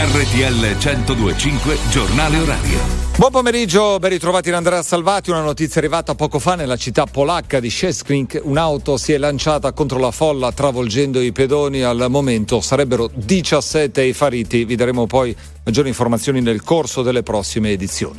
RTL 102.5 Giornale Orario. Buon pomeriggio, ben ritrovati in Andrea Salvati. Una notizia arrivata poco fa nella città polacca di Szczecin. Un'auto si è lanciata contro la folla travolgendo i pedoni. Al momento sarebbero 17 i feriti. Vi daremo poi maggiori informazioni nel corso delle prossime edizioni.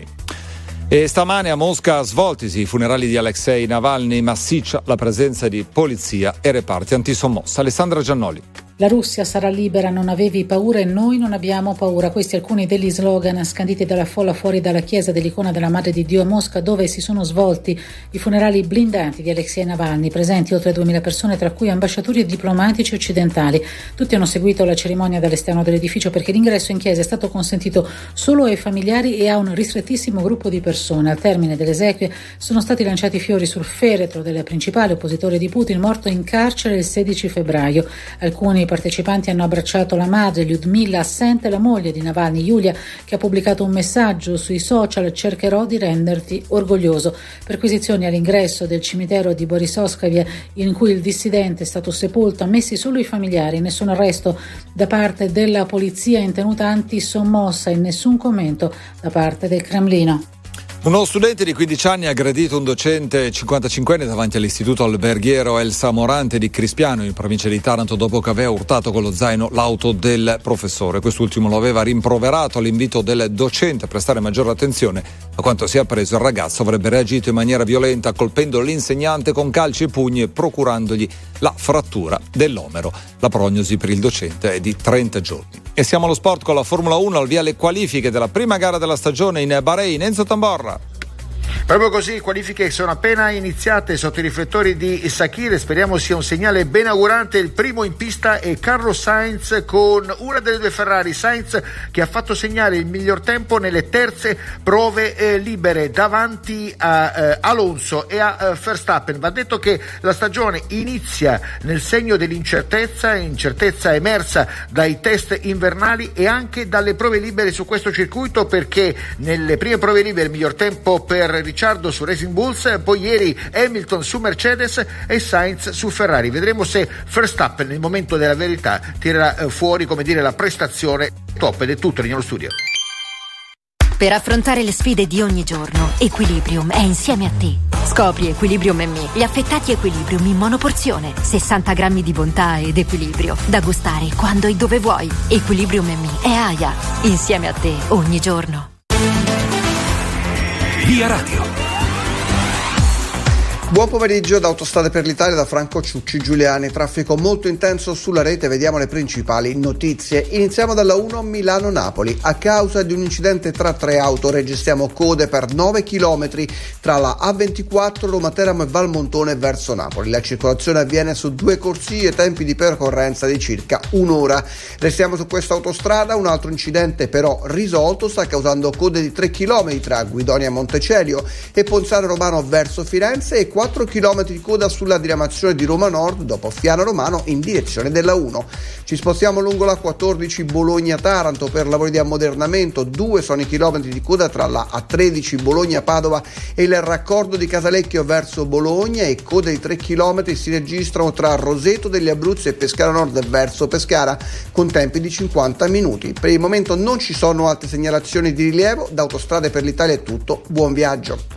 E stamane a Mosca svoltisi i funerali di Alexei Navalny, massiccia la presenza di polizia e reparti antisommossa. Alessandra Giannoli. La Russia sarà libera, non avevi paura e noi non abbiamo paura. Questi alcuni degli slogan scanditi dalla folla fuori dalla chiesa dell'icona della Madre di Dio a Mosca, dove si sono svolti i funerali blindati di Alexei Navalny, presenti oltre 2000 persone, tra cui ambasciatori e diplomatici occidentali. Tutti hanno seguito la cerimonia dall'esterno dell'edificio perché l'ingresso in chiesa è stato consentito solo ai familiari e a un ristrettissimo gruppo di persone. Al termine delle esequie sono stati lanciati fiori sul feretro del principale oppositore di Putin, morto in carcere il 16 febbraio. Alcuni partecipanti hanno abbracciato la madre Lyudmila, assente, la moglie di Navalny, Yulia, che ha pubblicato un messaggio sui social: cercherò di renderti orgoglioso. Perquisizioni all'ingresso del cimitero di Borisovskaya, in cui il dissidente è stato sepolto, ammessi solo i familiari, nessun arresto da parte della polizia in tenuta antisommossa e nessun commento da parte del Cremlino. Uno studente di 15 anni ha aggredito un docente 55enne davanti all'istituto alberghiero Elsa Morante di Crispiano, in provincia di Taranto, dopo che aveva urtato con lo zaino l'auto del professore. Quest'ultimo lo aveva rimproverato. All'invito del docente a prestare maggiore attenzione, a quanto si è appreso, il ragazzo avrebbe reagito in maniera violenta, colpendo l'insegnante con calci e pugni e procurandogli la frattura dell'omero. La prognosi per il docente è di 30 giorni. E siamo allo sport con la Formula 1, al via le qualifiche della prima gara della stagione in Bahrain. Enzo Tamborra. Proprio così, qualifiche sono appena iniziate sotto i riflettori di Sakhir. Speriamo sia un segnale benaugurante. Il primo in pista è Carlos Sainz con una delle due Ferrari. Sainz che ha fatto segnare il miglior tempo nelle terze prove libere davanti a Alonso e a Verstappen. Va detto che la stagione inizia nel segno dell'incertezza, incertezza emersa dai test invernali e anche dalle prove libere su questo circuito, perché nelle prime prove libere il miglior tempo per Ricciardo su Racing Bulls, poi ieri Hamilton su Mercedes e Sainz su Ferrari. Vedremo se Verstappen nel momento della verità tirerà fuori, come dire, la prestazione top. Ed è tutto nello studio. Per affrontare le sfide di ogni giorno, Equilibrium è insieme a te. Scopri Equilibrium Me, gli affettati Equilibrium in monoporzione, 60 grammi di bontà ed equilibrio, da gustare quando e dove vuoi. Equilibrium Me è AIA, insieme a te ogni giorno. Via Radio. Buon pomeriggio da Autostrade per l'Italia, da Franco Ciucci Giuliani. Traffico molto intenso sulla rete, vediamo le principali notizie. Iniziamo dalla 1 Milano-Napoli. A causa di un incidente tra tre auto registriamo code per 9 km tra la A24, Roma Teramo e Valmontone verso Napoli. La circolazione avviene su due corsie, tempi di percorrenza di circa un'ora. Restiamo su questa autostrada, un altro incidente però risolto sta causando code di 3 km tra Guidonia Montecelio e Ponzano Romano verso Firenze e 4 km di coda sulla diramazione di Roma Nord dopo Fiano Romano in direzione della 1. Ci spostiamo lungo la 14 Bologna-Taranto per lavori di ammodernamento. 2 sono i chilometri di coda tra la A13 Bologna-Padova e il raccordo di Casalecchio verso Bologna, e code di 3 km si registrano tra Roseto degli Abruzzi e Pescara Nord verso Pescara con tempi di 50 minuti. Per il momento non ci sono altre segnalazioni di rilievo. Da Autostrade per l'Italia è tutto, buon viaggio.